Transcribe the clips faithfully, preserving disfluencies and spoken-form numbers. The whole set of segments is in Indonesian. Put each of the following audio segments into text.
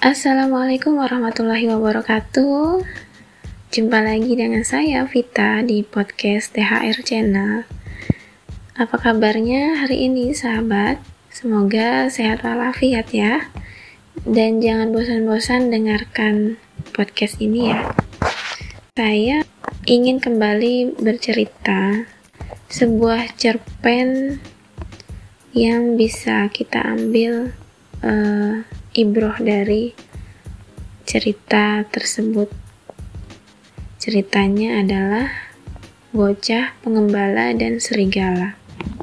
Assalamualaikum warahmatullahi wabarakatuh. Jumpa lagi dengan saya Vita di podcast T H R Channel. Apa kabarnya hari ini sahabat? Semoga sehat walafiat ya. Dan jangan bosan-bosan dengarkan podcast ini ya. Saya ingin kembali bercerita sebuah cerpen yang bisa kita ambil uh, ibroh dari cerita tersebut. Ceritanya adalah bocah pengembala dan serigala.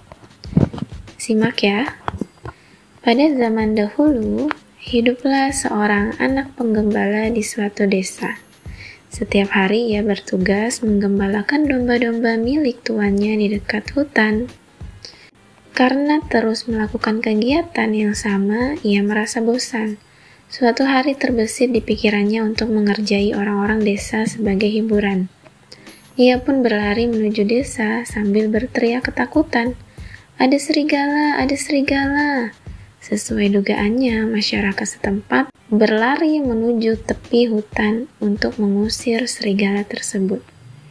Simak ya. Pada zaman dahulu, hiduplah seorang anak penggembala di suatu desa. Setiap hari ia bertugas menggembalakan domba-domba milik tuannya di dekat hutan. Karena terus melakukan kegiatan yang sama, ia merasa bosan. Suatu hari terbesit di pikirannya untuk mengerjai orang-orang desa sebagai hiburan. Ia pun berlari menuju desa sambil berteriak ketakutan. Ada serigala, ada serigala. Sesuai dugaannya, masyarakat setempat berlari menuju tepi hutan untuk mengusir serigala tersebut.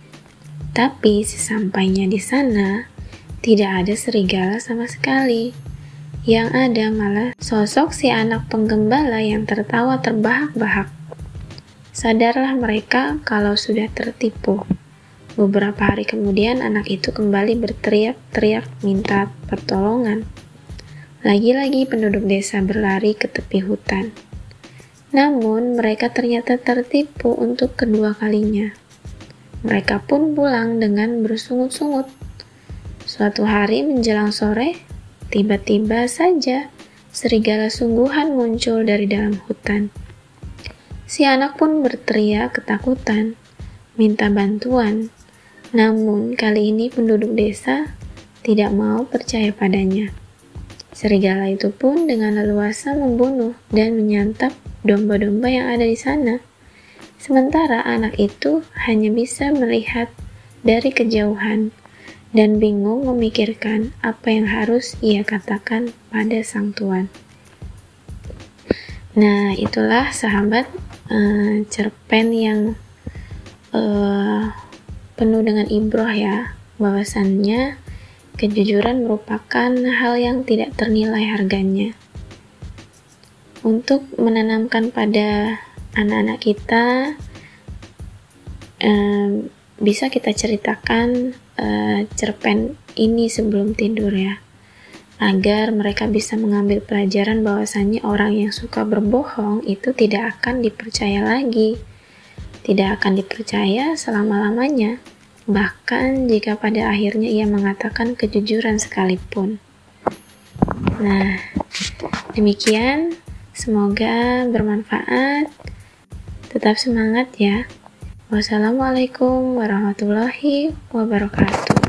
Tapi sesampainya di sana, tidak ada serigala sama sekali. Yang ada malah sosok si anak penggembala yang tertawa terbahak-bahak. Sadarlah mereka kalau sudah tertipu. Beberapa hari kemudian anak itu kembali berteriak-teriak minta pertolongan. Lagi-lagi penduduk desa berlari ke tepi hutan. Namun mereka ternyata tertipu untuk kedua kalinya. Mereka pun pulang dengan bersungut-sungut. Suatu hari menjelang sore, tiba-tiba saja serigala sungguhan muncul dari dalam hutan. Si anak pun berteriak ketakutan, minta bantuan. Namun kali ini penduduk desa tidak mau percaya padanya. Serigala itu pun dengan leluasa membunuh dan menyantap domba-domba yang ada di sana. Sementara anak itu hanya bisa melihat dari kejauhan dan bingung memikirkan apa yang harus ia katakan pada sang tuan. Nah, itulah sahabat uh, cerpen yang uh, penuh dengan ibroh ya, bahwasannya kejujuran merupakan hal yang tidak ternilai harganya. Untuk menanamkan pada anak-anak kita, um, bisa kita ceritakan uh, cerpen ini sebelum tidur ya, agar mereka bisa mengambil pelajaran bahwasannya orang yang suka berbohong itu tidak akan dipercaya lagi, tidak akan dipercaya selama-lamanya, bahkan jika pada akhirnya ia mengatakan kejujuran sekalipun. Nah, demikian, semoga bermanfaat. Tetap semangat ya. Wassalamualaikum warahmatullahi wabarakatuh.